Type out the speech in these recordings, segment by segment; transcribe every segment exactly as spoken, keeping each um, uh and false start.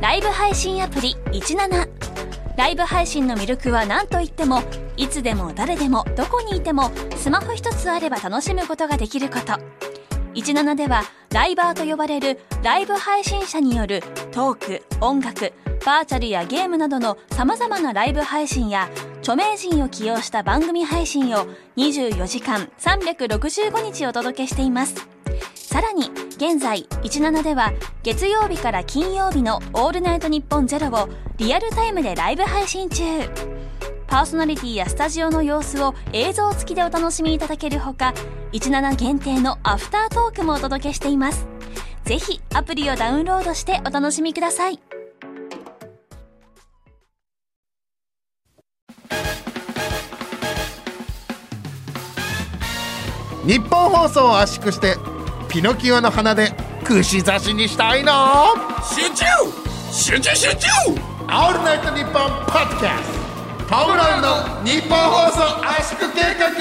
ライブ配信アプリじゅうなな。ライブ配信の魅力は何といっても、いつでも誰でもどこにいてもスマホ一つあれば楽しむことができること。じゅうななではライバーと呼ばれるライブ配信者によるトーク、音楽、バーチャルやゲームなどの様々なライブ配信や著名人を起用した番組配信をにじゅうよじかんさんびゃくろくじゅうごにちお届けしています。さらに現在じゅうななでは月曜日から金曜日のオールナイトニッポンゼロをリアルタイムでライブ配信中。パーソナリティやスタジオの様子を映像付きでお楽しみいただけるほか、じゅうなな限定のアフタートークもお届けしています。ぜひアプリをダウンロードしてお楽しみください。 日本放送を圧縮してピノキオの鼻で串刺しにしたいの。 集中集中集中。 オールナイトニッポンポッドキャストトム・ブラウンの日本放送圧縮計画。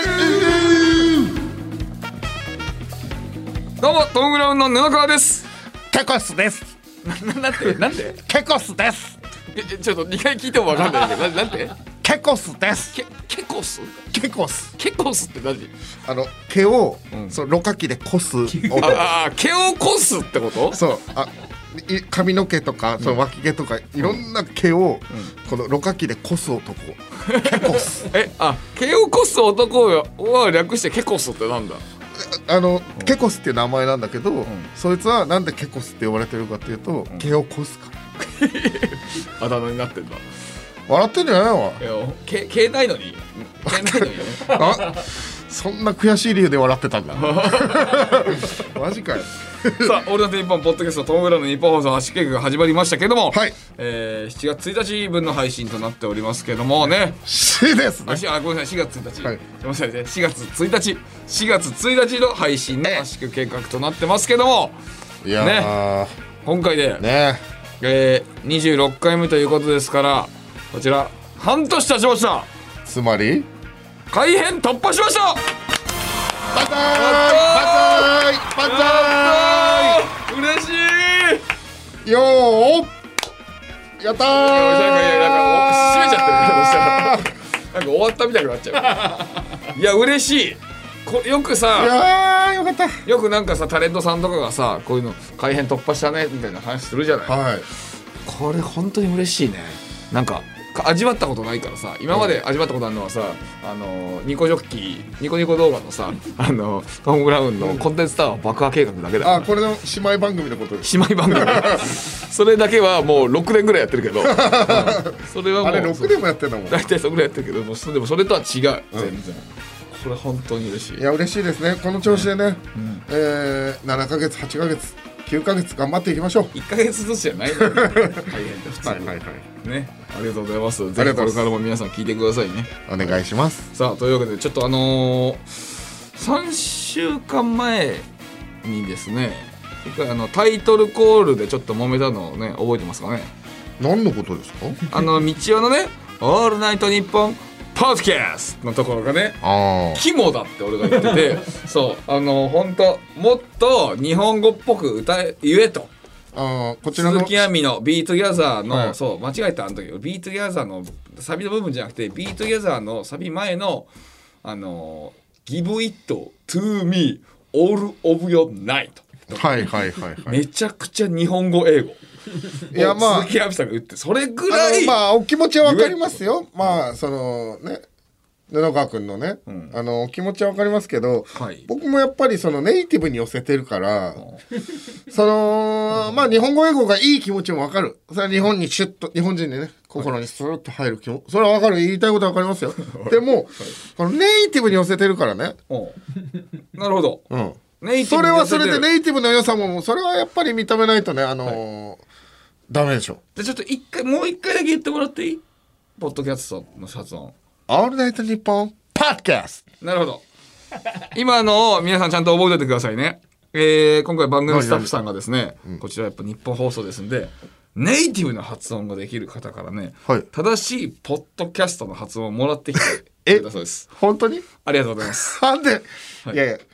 どうもトム・ブラウンの布川です。 ケコスです。 な, なんてなんでケコスです。 えちょっとにかい聞いても分かんないけど な, なんてケコスです。 ケ, ケコスケコスケコスって何？ あの毛を、うん、そのろ過器でこすああ毛をこすってこと？ そうあ髪の毛とかその脇毛とか、うん、いろんな毛を、うん、このろ過器でこす男ケコスえあ毛をこす男は略してケコスってなんだ？ あの、うん、ケコスっていう名前なんだけど、うん、そいつはなんでケコスって呼ばれてるかっていうと、うん、毛をこすからあだ名になってんだ。 笑ってんじゃないわ。 いや毛毛ないのに毛ないのにあそんな悔しい理由で笑ってたんだマジかよさあオールナイトニッポンポッドキャストトム・ブラウンの日本放送発信計画が始まりましたけども、 はい、 えー、しちがつついたち分の配信となっておりますけどもね。 しですね。 あ、ごめんなさいしがつついたち、はい、すみませんねしがつついたちしがつついたちの配信の圧縮計画となってますけども、 いやー、 ね、今回で、 ねえー、にじゅうろっかいめということですから、こちら半年経ちました。 つまり改編突破しました。 バンザーイバンザーイ嬉しいよーやったー。 なんかいやなんか閉めちゃってるけどさなんか終わったみたいになっちゃういや嬉しい。こよくさ、 いやーよかった。 よくなんかさタレントさんとかがさこういうの改編突破したねみたいな話するじゃない、 はい、 これ本当に嬉しいね。なんか味わったことないからさ、今まで味わったことあるのはさ、あのニコジョッキーニコニコ動画のさあのトム・ブラウンのコンテンツタワー爆破計画だけだ。 あ、これの姉妹番組のことです。 姉妹番組それだけはもうろくねんぐらいやってるけど、うん、それはもうあれろくねんもやってるのも大体それぐらいやってるけどもうでもそれとは違う、全然、うん、これ本当に嬉しい。 いや嬉しいですね。この調子でね、うん、えー、ななかげつはちかげつきゅうかげつ頑張っていきましょう。 いっかげつずつじゃないの大変で普通に、はいはいはい、ね、ありがとうございます。ぜひこれからも皆さん聞いてくださいね。 お願いします。 さあというわけでちょっとあのー、さんしゅうかんまえにですねあのタイトルコールでちょっと揉めたのをね覚えてますかね。 何のことですか？ あの道夫のねオールナイトニッポンポッドキャストのところがね肝だって俺が言っててそうあの本当もっと日本語っぽく歌え言えと。 あこちらの鈴木亜美のビートギャザーの、 はい、 そう間違えたあの時ビートギャザーのサビの部分じゃなくてビートギャザーのサビ前のあの Give it to me all of your night はいはいはい、はい、 めちゃくちゃ日本語英語いやまあ鈴木亜美さんが言ってそれぐらいまあお気持ちはわかりますよ。まあそのね布川くんのね、うん、あの気持ちは分かりますけど、はい、僕もやっぱりそのネイティブに寄せてるからそのまあ日本語英語がいい気持ちも分かる。それは日本にシュッと日本人でね心にスーッと入る気もそれは分かる。言いたいことは分かりますよでも、はい、このネイティブに寄せてるからねなるほど、うん、ネイティブに寄せてるそれはそれでネイティブの良さもそれはやっぱり認めないとねあのーはい、ダメでしょ。 でちょっと一回もう一回だけ言ってもらっていい？ポッドキャストの発音オールナイトニッポンポッドキャスト。 なるほど今のを皆さんちゃんと覚えておいてくださいね。えー、今回番組スタッフさんがですね、うん、こちらやっぱ日本放送ですんでネイティブな発音ができる方からね、はい、正しいポッドキャストの発音をもらってきてくれたそうです。 本当にありがとうございます。 なんで、はい、いやいや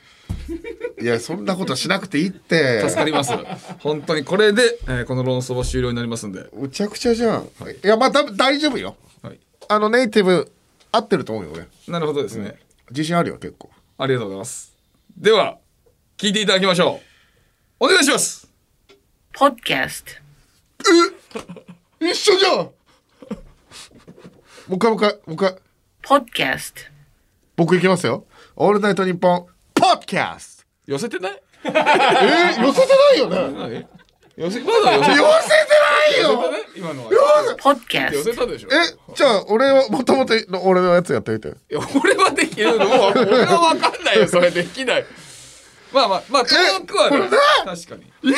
いやそんなことしなくていいって助かります本当に。これで、えー、この論争は終了になりますんで。 むちゃくちゃじゃん、はい、いやまあ多分大丈夫よ、はい、あのネイティブ合ってると思うよ俺。 なるほどですね、うん、 自信あるよ結構。 ありがとうございます。では聞いていただきましょう。お願いします。 ポッドキャスト。 え一緒じゃん。もう一回もう一回もう一回。 ポッドキャスト。 僕いきますよ。オールナイトニッポンポッドキャスト。 寄せてない？ えー、寄せてないよね。 寄せ、まだ寄せてない。 寄せてないよ。 今のは。 ポッドキャスト。 寄せたでしょ。 え、じゃあ俺はもともとの俺のやつやってみて。いや俺はできるの。もう俺はわかんないよ。それできない。まあまあまあ遠くはね。確かに。 イエーイ。イエ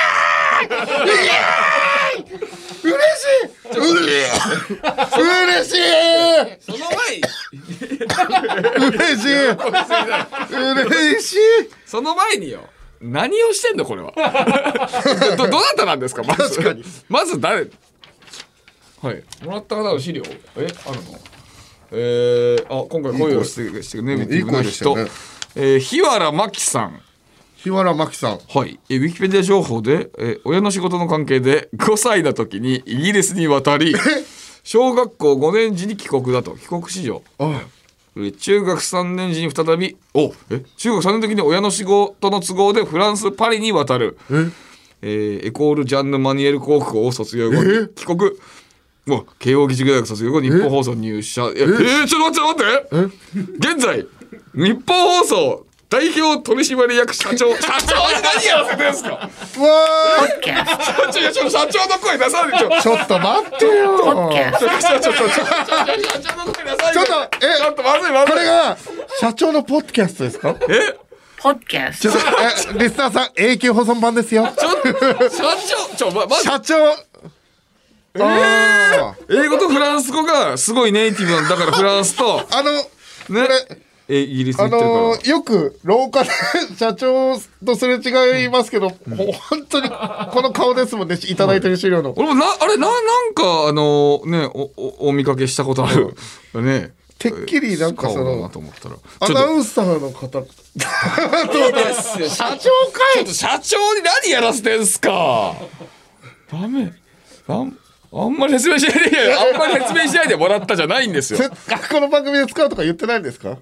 ーイ。嬉しい。嬉しい。 その前嬉しい。嬉しい。 その前によ。何をしてんのこれは。どどなたなんですか。まず確かにまず誰。はいもらった方の資料えあるの。えー、あ今回声をしてしてネイティブな人、ねえー、日原真紀さん。 日原真紀さん。 はい、えー、ウィキペディア情報で、えー、親の仕事の関係でごさいの時にイギリスに渡り小学校ごねん時に帰国だと。帰国子女。 あ中学さんねん時に再びおえ中学さんねんの時に親の仕事の都合でフランスパリに渡る。 え、 えー、エコール・ジャンヌ・マニュエル高校を卒業後に帰国。もう慶應義塾大学卒業後日本放送入社。ええー、ちょっと待って待って現在日本放送代表取締役社長社長に何やらせてんすか。 わー社長いやちょっと社長の声出さないで。ちょちょっと待ってよ。 ポッドキャスト。 社長ちょっと社長の声出さないで。 ちょっとえちょっとまずいまずい。 これが社長のポッドキャストですか。 えポッドキャスト。 ちょっとえリスナーさん永久保存版ですよ。 ちょっと社長ちょままず社長えー、英語とフランス語がすごいネイティブなんだからフランスとあのねこれえイギリス行あってるから、 のー、よく廊下で社長とすれ違いますけど、うん、本当にこの顔ですもんねいただいてる資料の。 俺もなあれななんかあのー、ねおおお見かけしたことあるね。 てっきりなんかそのアナウンサーの方どうですよ社長かい。 ちょっと社長に何やらせてんすか。ダメあんあんまり説明しないであんまり説明しないでもらったじゃないんですよ。 この番組で使うとか言ってないんですか。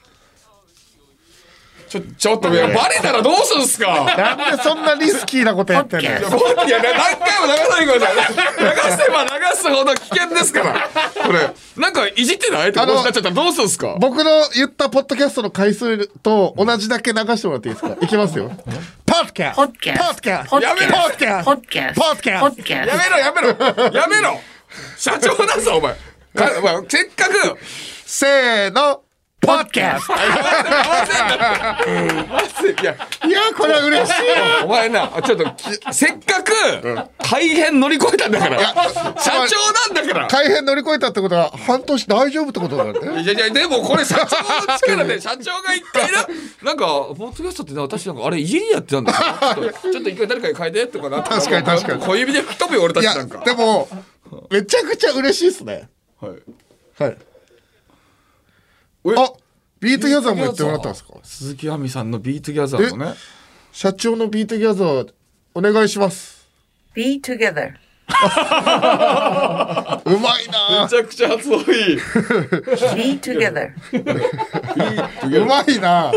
ちょちょっとバレたらどうすんすか。 なんでそんなリスキーなことやってんの。いや何回も流さないでください。流せば流すほど危険ですから。これなんかいじってないってことになっちゃったらどうすんすか。 僕の言ったポッドキャストの回数と同じだけ流してもらっていいですか。いきますよ。ポッドキャスト。ポッドキャスト。 やめろ。 ポッドキャスト。 ポッドキャスト。 ポッドキャスト。 やめろやめろやめろ。社長だぞお前。せっかくせーの。ポッドキャスト。いや、いや、これは嬉しい。 お前な、ちょっと、せっかく、改変乗り越えたんだから。社長なんだから。 改変乗り越えたってことは、半年大丈夫ってことだよね。 いやいや、でもこれ社長の力で、社長が一回な、なんか、ポッドキャストって私なんか、あれ、いじりやってたんだよ。ちょっと一回誰かに変えてとかなって。 確かに確かに。 小指で吹き飛ぶよ、俺たちなんか。 でも、めちゃくちゃ嬉しいっすね。 はい。 はい。あ、ビートギャザーも言ってもらったんですか。 鈴木亜美さんのビートギャザーもね。 社長のビートギャザーお願いします。 Be together。 うまいな。 めちゃくちゃ発音いい。 Be together。 うまいな。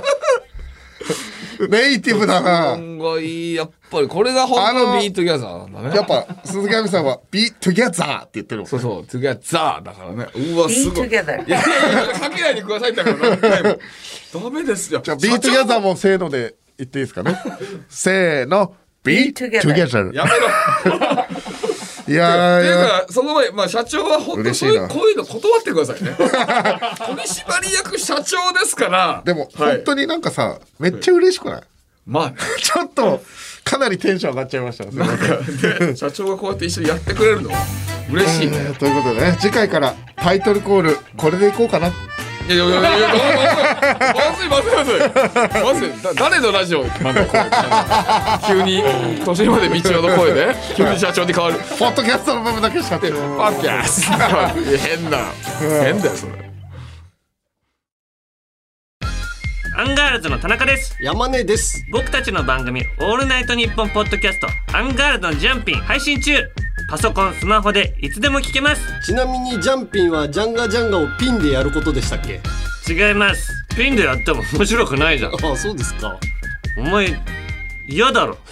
ネイティブだな。 がいい。やっぱりこれが本当のビートギャザーなんだね。 やっぱ鈴木亜美さんはビートギャザーって言ってるもん。 そうそう、トゥギャザーだからね。うわすごい。 ビートギャザー。 いやいやいやかけないでくださいってから何回も。ダメですよ。 じゃあビートギャザーもせーので言っていいですかね。せーの、ビートギャザー。 やめろ。 いやーっていうかその前、まあ、社長は本当にそういうこういうの断ってくださいね。取締役社長ですから。 でも本当になんかさ、めっちゃ嬉しくない。 まあ、ね、 ちょっとかなりテンション上がっちゃいました。 なんかで社長がこうやって一緒にやってくれるの嬉しいね、 えー、ということでね、次回からタイトルコールこれでいこうかな。 いやいやいやいやまずいまずいまずいまずいまずい誰のラジオなんだこれ急に年まで道夫の声で急に社長に変わる。 ポッドキャストの部分だけしかってる。 ポッドキャスト変な変だよそれ。 アンガールズの田中です。 山根です。 僕たちの番組オールナイトニッポンポッドキャストアンガールズのジャンピン配信中。パソコンスマホでいつでも聞けます。 ちなみにジャンピンはジャンガジャンガをピンでやることでしたっけ？ 違います。ピンでやっても面白くないじゃん。 ああ、そうですか。 お前嫌だろ。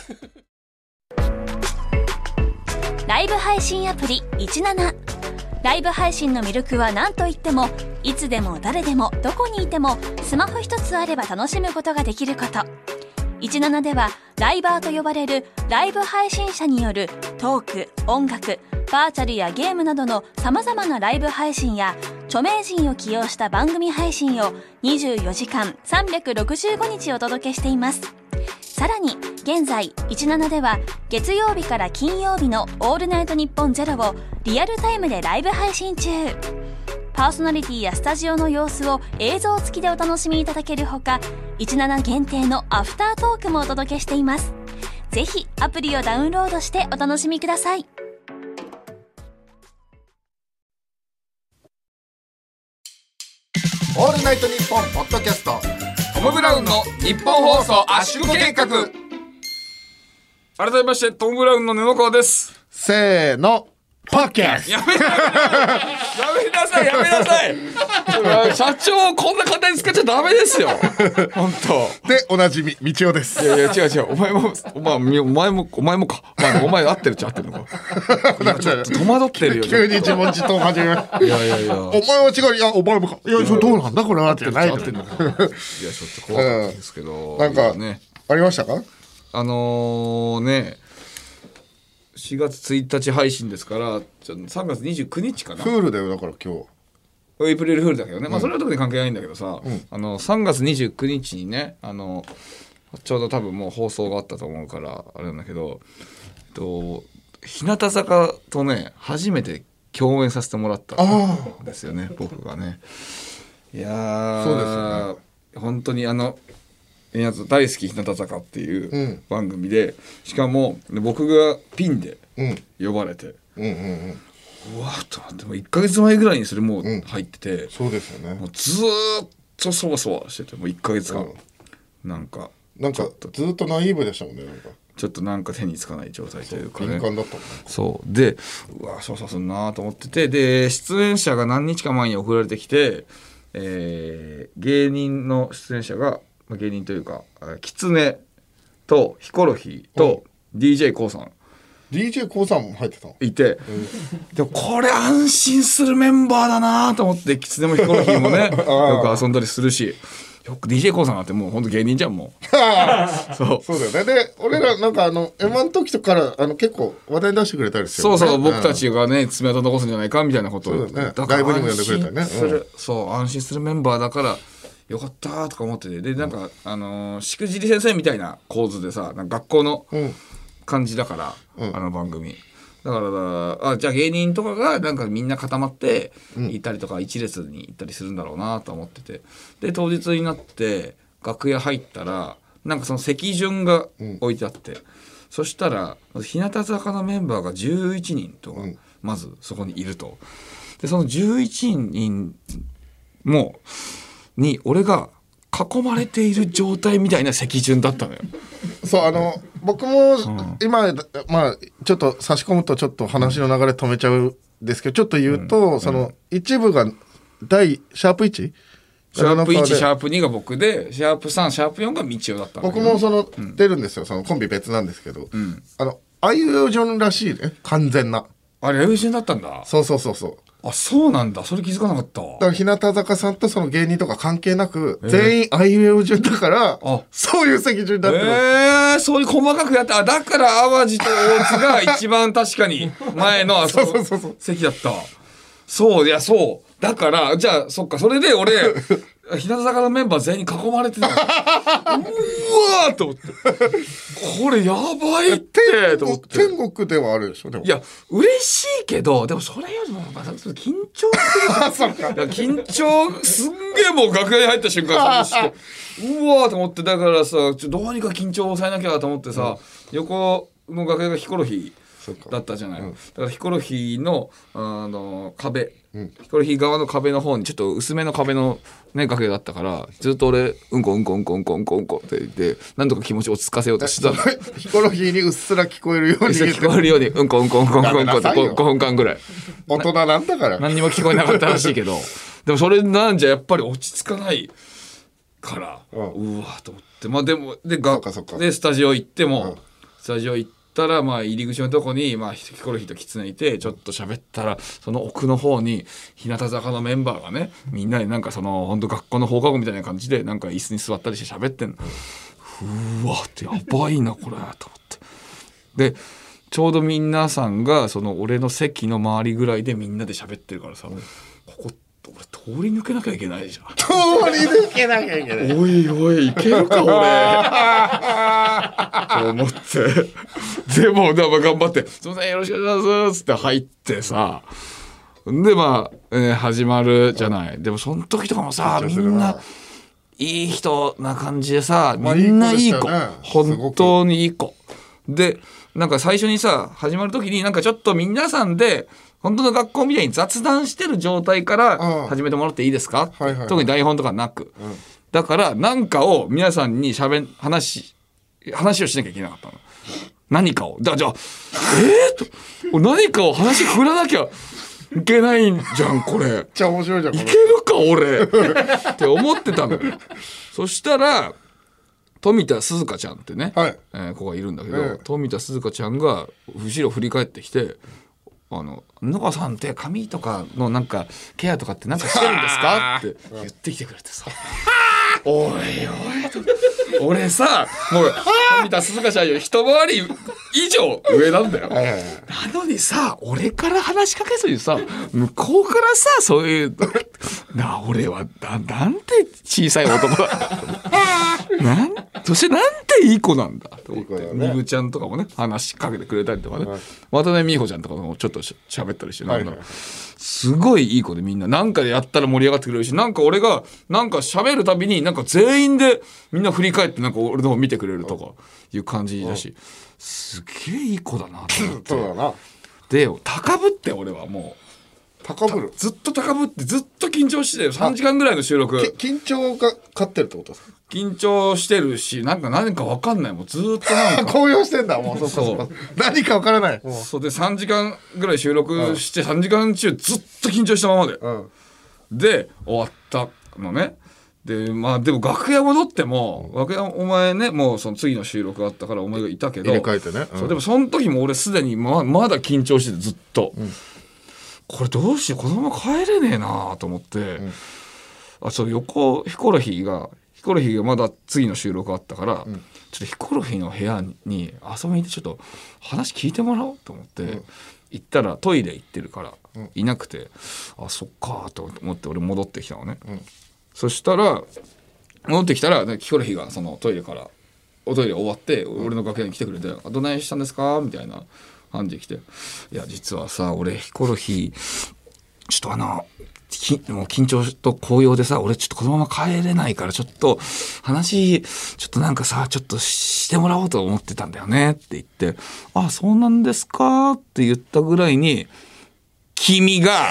ライブ配信アプリじゅうなな。ライブ配信の魅力は何といっても、いつでも誰でもどこにいてもスマホ一つあれば楽しむことができること。じゅうななではライバーと呼ばれるライブ配信者によるトーク、音楽、バーチャルやゲームなどの様々なライブ配信や著名人を起用した番組配信をにじゅうよじかんさんびゃくろくじゅうごにちお届けしています。さらに現在じゅうななでは月曜日から金曜日のオールナイトニッポンゼロをリアルタイムでライブ配信中。パーソナリティやスタジオの様子を映像付きでお楽しみいただけるほか、じゅうなな限定のアフタートークもお届けしています。ぜひアプリをダウンロードしてお楽しみください。 オールナイトニッポンポッドキャストトム・ブラウンの日本放送圧縮計画。改めましてトム・ブラウンの布川です。 せーの、ポッキャスト。 やめなさいやめなさい社長こんな簡単に使っちゃダメですよ本当でおなじみ道夫です。 いやいや違う違う、お前もお前もお前もお前もか、まあ、お前合ってるっちゃ合ってるのかちょっと戸惑ってるよ急に自問自答始めまいやいやいや、 お前は違う、いやお前もか、いやそれどうなんだこれはってないの。いやちょっと怖かったんですけど、 うん、なんかねありましたか？ あのー、ねしがつついたち配信ですからさんがつにじゅうくにちかな。 フールだよだから今日エイプリルフールだけどね、うん、まあそれは特に関係ないんだけどさ、うん、あのさんがつにじゅうくにちにね、あのちょうど多分もう放送があったと思うからあれなんだけど、えっと、日向坂とね初めて共演させてもらったんですよね僕がね。いやーそうですよね、 本当にあのやつ大好き日向坂っていう番組で、うん、しかも僕がピンで呼ばれて、うんうんうんうんうわーっと待って、もういっかげつまえぐらいにそれもう入ってて、うん、 そうですよね。 もうずーっとそわそわしてて、もういっかげつかん、うん、なんかなんかずっとナイーブでしたもんね。なんかちょっとなんか手につかない状態というかね。 敏感だったもんね。 そうで、うわーそわそわするなと思ってて、で出演者が何日か前に送られてきて、えー、芸人の出演者が、まあ、芸人というかキツネとヒコロヒーと ディージェー コウさん、 ディージェー コウさんも入ってたいて、でもこれ安心するメンバーだなと思って、キツネもヒコロヒーもねよく遊んだりするし、よく ディージェー コウさんなんてもうほんと芸人じゃんもうそうそうだよね。で俺らなんかあの エムワン の時とからあの結構話題に出してくれたりしてる、ね、そうそう、 僕たちがね爪痕残すんじゃないかみたいなことを、 そうだね、ライブにも呼んでくれたりね、うん、 そう安心するメンバーだからよかったとか思ってて、でなんか、あのー、しくじり先生みたいな構図でさ、なんか学校の感じだから、うん、あの番組だからあじゃあ芸人とかがなんかみんな固まって行ったりとか一列に行ったりするんだろうなと思ってて、で当日になって楽屋入ったらなんかその席順が置いてあって、うん、そしたら日向坂のメンバーがじゅういちにんとかまずそこにいると、でそのじゅういちにんもに俺が囲まれている状態みたいな席順だったのよ。 そうあの僕も今、うん、まあちょっと差し込むとちょっと話の流れ止めちゃうんですけど、ちょっと言うと、うん、その一部が第シャープ いち? シャープいち、シャープにが僕で、シャープさん、シャープよんが道夫だったんだけど、 僕もその、うん、出るんですよ。そのコンビ別なんですけど、うん、あのあいうえお順らしいね、完全な。 あれあいうえお順だったんだ。 そうそうそうそう。 あ、そうなんだ。それ気づかなかった。 だから日向坂さんとその芸人とか関係なく、えー、全員あいうえお順だから、そういう席順になってる。 えー、そういう細かくやった。あ、だから淡路と大津が一番確かに前のあそこ席だった。そう、いや、そう。だから、じゃあ、そっか、それで俺、日向坂のメンバー全員囲まれてた。うわーと思って。これやばいってと思って。 天国ではあるでしょ、でも。 いや、嬉しいけど、でもそれよりも、まあ、緊張する。緊張、すんげえもう楽屋に入った瞬間、してうわーと思って、だからさ、ちょどうにか緊張を抑えなきゃと思ってさ、うん、横の楽屋がヒコロヒーだったじゃない、うん、だからヒコロヒーの、あの壁、うん、ヒコロヒー側の壁の方にちょっと薄めの壁の、ね、楽屋だったからずっと俺うんこうんこうんこうんこうんこうんこって言ってなんとか気持ち落ち着かせようとしてたのヒコロヒーにうっすら聞こえるように聞こえるようにうんこうんこうんこうんこうんこってごふんかんぐらい大人なんだから何にも聞こえなかったらしいけどでもそれなんじゃやっぱり落ち着かないから、うん、うわと思ってまあでもでがでスタジオ行っても、うん、スタジオ行ったらまあ入り口のとこにまあヒコロヒーとキツネいてちょっと喋ったらその奥の方に日向坂のメンバーがねみんなでなんかその本当学校の放課後みたいな感じでなんか椅子に座ったりして喋ってんの、うわってやばいなこれと思ってでちょうど皆さんがその俺の席の周りぐらいでみんなで喋ってるからさ、うん、ここ俺通り抜けなきゃいけないじゃん通り抜けなきゃいけないおいおいいけるか俺と思ってでもでも頑張ってすいませんよろしくお願いしますって入ってさでまあ、えー、始まるじゃない、うん、でもその時とかもさみんないい人な感じでさみんないい子、まあいい子でしたね、本当にいい子でなんか最初にさ始まる時になんかちょっと皆さんで本当の学校みたいに雑談してる状態から始めてもらっていいですか、はいはいはい、特に台本とかなく、うん、だから何かを皆さんにしゃべ話話をしなきゃいけなかったの何かをだからじゃあえー、と何かを話振らなきゃいけないんじゃんこれめっちゃ面白いじゃんいけるか俺って思ってたのそしたら富田鈴香ちゃんってね、はいえー、子がいるんだけど、えー、富田鈴香ちゃんが後ろ振り返ってきてあの野川さんって髪とかのなんかケアとかってなんかしてるんですかって言ってきてくれてさおいおい俺さもう富田鈴香ちゃんより一回り以上上なんだよなのにさ俺から話しかけずにさ向こうからさそういうな俺はななんて小さい男だなんそしてなんていい子なんだと思ってみぐちゃんとかもね話しかけてくれたりとかね、はい、渡辺美穂ちゃんとかもちょっとしゃべったりして、はいはい、すごいいい子でみんななんかでやったら盛り上がってくれるしなんか俺がなんか喋るたびになんか全員でみんな振り返ってなんか俺の方見てくれるとかいう感じだしすげえいい子だなと思ってそうだなで高ぶって俺はもう高ぶるずっと高ぶってずっと緊張してさんじかんぐらいの収録緊張が勝ってるってことですか緊張してるしなんか何か分かんないもうずっとなんか高揚してんだもうそうそう何か分からないそうでさんじかんぐらい収録してさんじかん中ずっと緊張したままで、うん、で終わったのねでまあでも楽屋戻っても、うん、楽屋お前ねもうその次の収録があったからお前がいたけど入れ替えてね、うん、 そうでもその時も俺すでに ま, まだ緊張しててずっと、うん、これどうしようこのまま帰れねえなと思って、うん、あそう横ヒコロヒーがヒコロヒーがまだ次の収録あったから、うん、ちょっとヒコロヒーの部屋に遊びに行ってちょっと話聞いてもらおうと思って、うん、行ったらトイレ行ってるから、うん、いなくてあそっかと思って俺戻ってきたのね、うん、そしたら戻ってきたらヒコロヒーがそのトイレからおトイレ終わって俺の楽屋に来てくれて、うん、どないしたんですかみたいな感じで来ていや実はさ俺ヒコロヒーちょっとあのもう緊張と高揚でさ俺ちょっとこのまま帰れないからちょっと話ちょっとなんかさちょっとしてもらおうと思ってたんだよねって言ってあそうなんですかって言ったぐらいに君が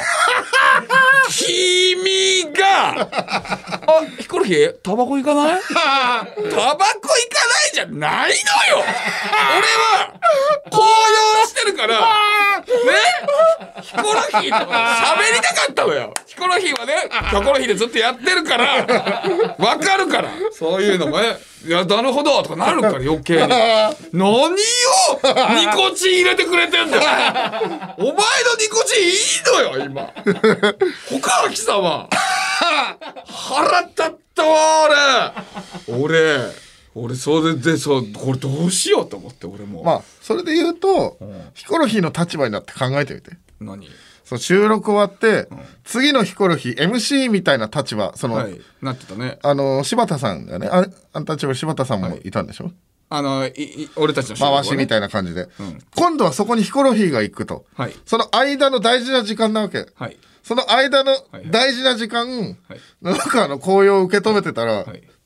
君があヒコロヒータバコ行かないタバコ行かないじゃないのよ俺は高揚してるからねヒコロヒーとか喋りたかったのよヒコロヒーはねヒコロヒーでずっとやってるからわかるからそういうのもねいやなるほどとかなるから余計に何をニコチン入れてくれてんだよお前のニコチンいいのよ今他は貴様腹立ったわ俺俺俺それでそうこれどうしようと思って俺もまあそれで言うと、うん、ヒコロヒーの立場になって考えてみて何そう収録終わって、うん、次のヒコロヒー エムシー みたいな立場その、 はい、なってたねあの柴田さんがねああんたちは柴田さんもいたんでしょ、はい、 あのいい俺たちの収録、 ね、回しみたいな感じで、うん、今度はそこにヒコロヒーが行くと、はい、その間の大事な時間なわけ、はい、その間の大事な時間、はいはい、なんかあの紅葉を受け止めてたら、はい、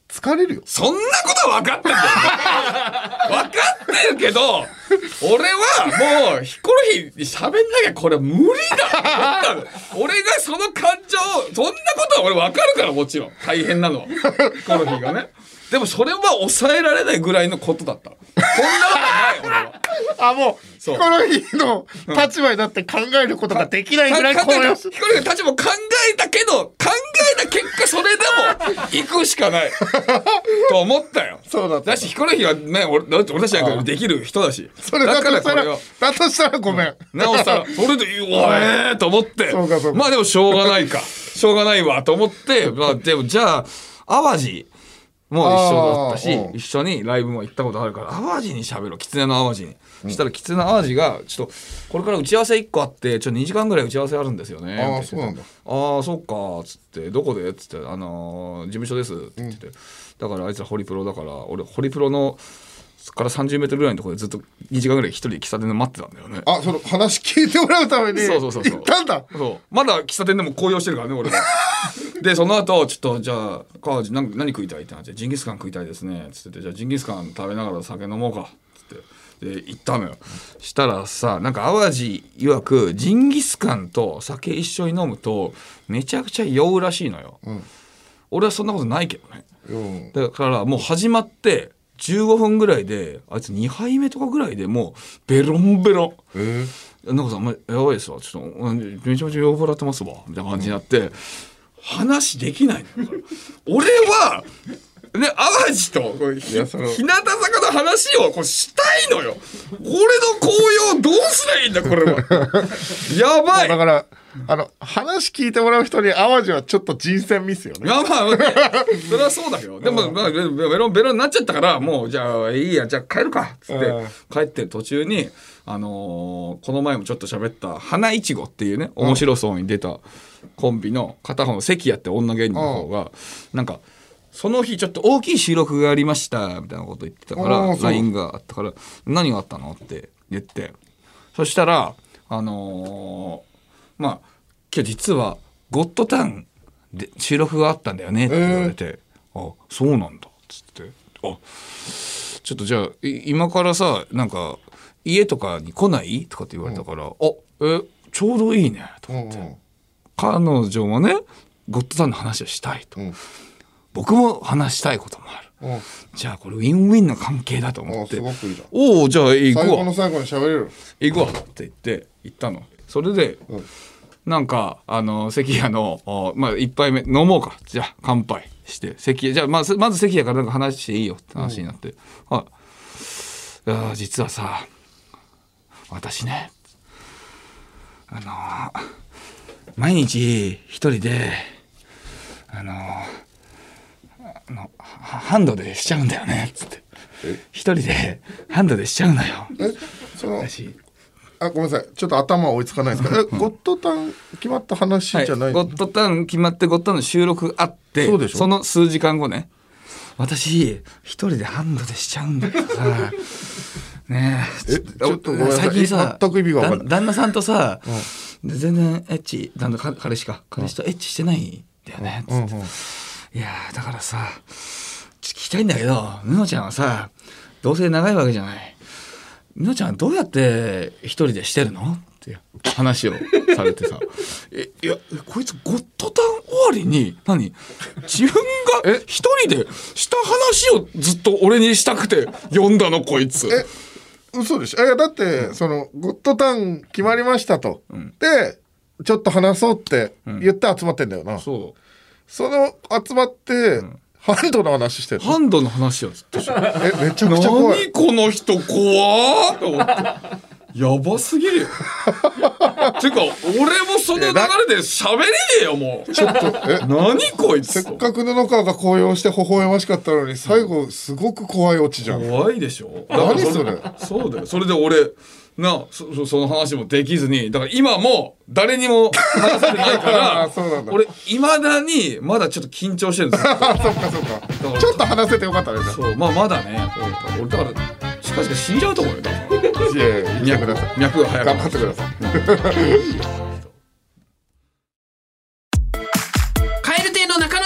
疲れるよ。 そんなことは分かってんだよ分かってるけど俺はもうヒコロヒーに喋んなきゃこれ無理だ俺がその感情そんなことは俺分かるからもちろん大変なのはヒコロヒーがねでもそれは抑えられないぐらいのことだった。そんなことない俺は。 あ、もうヒコロヒーの立場になって考えることができないぐらいヒコロヒーの立場を考えたけど考えた結果それでも行くしかないと思ったよ。 そうだった。 だしヒコロヒーはね俺俺たちなんかできる人だし。 それだからこれだとしたらごめん。 なおさらそれでおえーと思って。 そうかそうか。 まあでもしょうがないかしょうがないわと思ってまあでもじゃあ淡路もう一緒だったし、一緒にライブも行ったことあるから淡路に喋ろう狐の淡路に、うん、したら狐の淡路がちょっとこれから打ち合わせいっこあってちょっとにじかんぐらい打ち合わせあるんですよねああそうなんだああそっかつってどこでっつってあのー、事務所ですって言ってて、うん、だからあいつらホリプロだから俺ホリプロのからさんじゅうメートルぐらいのところでずっとにじかんぐらい一人で喫茶店で待ってたんだよね。 あ、その話聞いてもらうためにそうそうそうそう行ったんだ。 そうまだ喫茶店でも高揚してるからね俺はでその後ちょっとじゃあ川地 何, 何食いたいって話でジンギスカン食いたいですねつっててじゃあジンギスカン食べながら酒飲もうかつってで行ったのよ。したらさなんか淡路曰くジンギスカンと酒一緒に飲むとめちゃくちゃ酔うらしいのよ、うん、俺はそんなことないけどね、うん、だからもう始まってじゅうごふんぐらいであいつにはいめとかぐらいでもうベロンベロン、えー、なんかさお前やばいですわちょっとめちゃめちゃ酔っ払ってますわみたいな感じになって、うん、話できないのよ俺はね淡路とこれ日向坂の話をこうしたいのよ。俺の紅葉どうすりゃいいんだこれはやばい。 だからあの話聞いてもらう人に淡路はちょっと人選ミスよね。 いやまあそれはそうだよ。でも、まあ、ベロンベロンになっちゃったからもうじゃあいいやじゃあ帰るかっつって帰ってる途中にあのー、この前もちょっと喋った花いちごっていうね面白そうに出たコンビの片方の関谷って女芸人の方がなんかその日ちょっと大きい収録がありましたみたいなこと言ってたから ライン があったから何があったのって言ってそしたらあのーまあ今日実はゴッドタンで収録があったんだよねって言われて、えー、あそうなんだっつってあちょっとじゃあ今からさなんか家とかに来ないとかって言われたから、うん、あえちょうどいいねと思って、うんうん、彼女もねゴッドタンの話をしたいと、うん、僕も話したいこともある、うん、じゃあこれウィンウィンな関係だと思っておおじゃあ行くわ最後の最後に喋れる行くわって言って行ったの。それで、うん、なんかあの関谷の、まあ、いっぱいめ飲もうかじゃあ乾杯して関谷じゃあまず、まず関谷からなんか話していいよって話になって、うん、あ実はさ私ねあの毎日一人であのあのハンドでしちゃうんだよねっつって一人でハンドでしちゃうのよ。 えそのあごめんなさいちょっと頭追いつかないですかゴッドタン決まった話じゃない、 はい、ゴッドタン決まってゴッドタンの収録あってそ, その数時間後ね私一人でハンドでしちゃうんだけどさねえちょっとごめんなさい最近さ全く意味が分かんない旦那さんとさ、うん、全然エッチ旦那彼氏か彼氏とエッチしてないんだよね、うんうんうん、いやだからさちょっと聞きたいんだけどみのちゃんはさ同棲長いわけじゃないみのちゃんどうやって一人でしてるのって話をされてさえいやこいつゴッドタン終わりに何自分が一人でした話をずっと俺にしたくて呼んだのこいつえ嘘でしょ。えだって、うん、そのゴッドタン決まりましたと、うん、でちょっと話そうって言って集まってんだよな、うん、そうその集まって、うんハンドの話してるハンドの話をずっとしてえめちゃくちゃ怖い何この人怖ーと思ってやばすぎるよてか俺もその流れで喋れねえよもうちょっとえ何こいつせっかく布川が高揚して微笑ましかったのに最後すごく怖いオチじゃん。 怖いでしょ何それそうだよそれで俺な そ, その話もできずにだから今も誰にも話せてないからそうなんだ俺いまだにまだちょっっと緊張してるんですよ。 そっかそっか。ちょっと話せてよかったね。 そうまあまだね。俺だから近々死んじゃうと思うよ。 いやいや脈が脈が早く頑張ってください。 蛙亭の中野です。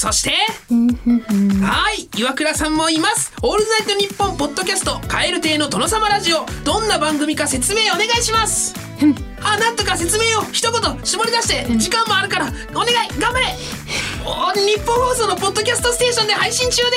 そしてはい岩倉さんもいます。オールナイトニッポンポッドキャスト蛙亭の殿様ラジオ、どんな番組か説明お願いします。あ、なんとか説明を一言絞り出して、時間もあるからお願い頑張れ。お日本放送のポッドキャストステーションで配信中です。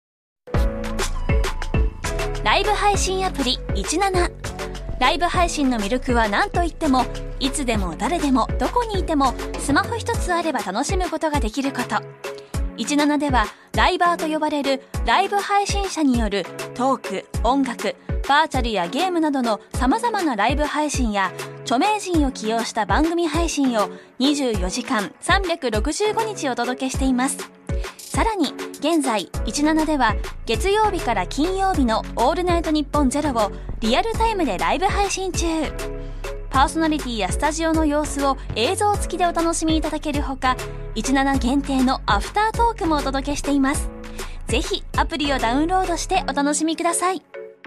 ライブ配信アプリじゅうなな。ライブ配信の魅力は何といっても、いつでも誰でもどこにいてもスマホ一つあれば楽しむことができること。じゅうななではライバーと呼ばれるライブ配信者によるトーク、音楽、バーチャルやゲームなどの様々なライブ配信や著名人を起用した番組配信をにじゅうよじかんさんびゃくろくじゅうごにちお届けしています。さらに現在じゅうななでは月曜日から金曜日のオールナイトニッポンゼロをリアルタイムでライブ配信中。パーソナリティやスタジオの様子を映像付きでお楽しみいただけるほか、じゅうなな限定のアフタートークもお届けしています。ぜひアプリをダウンロードしてお楽しみください。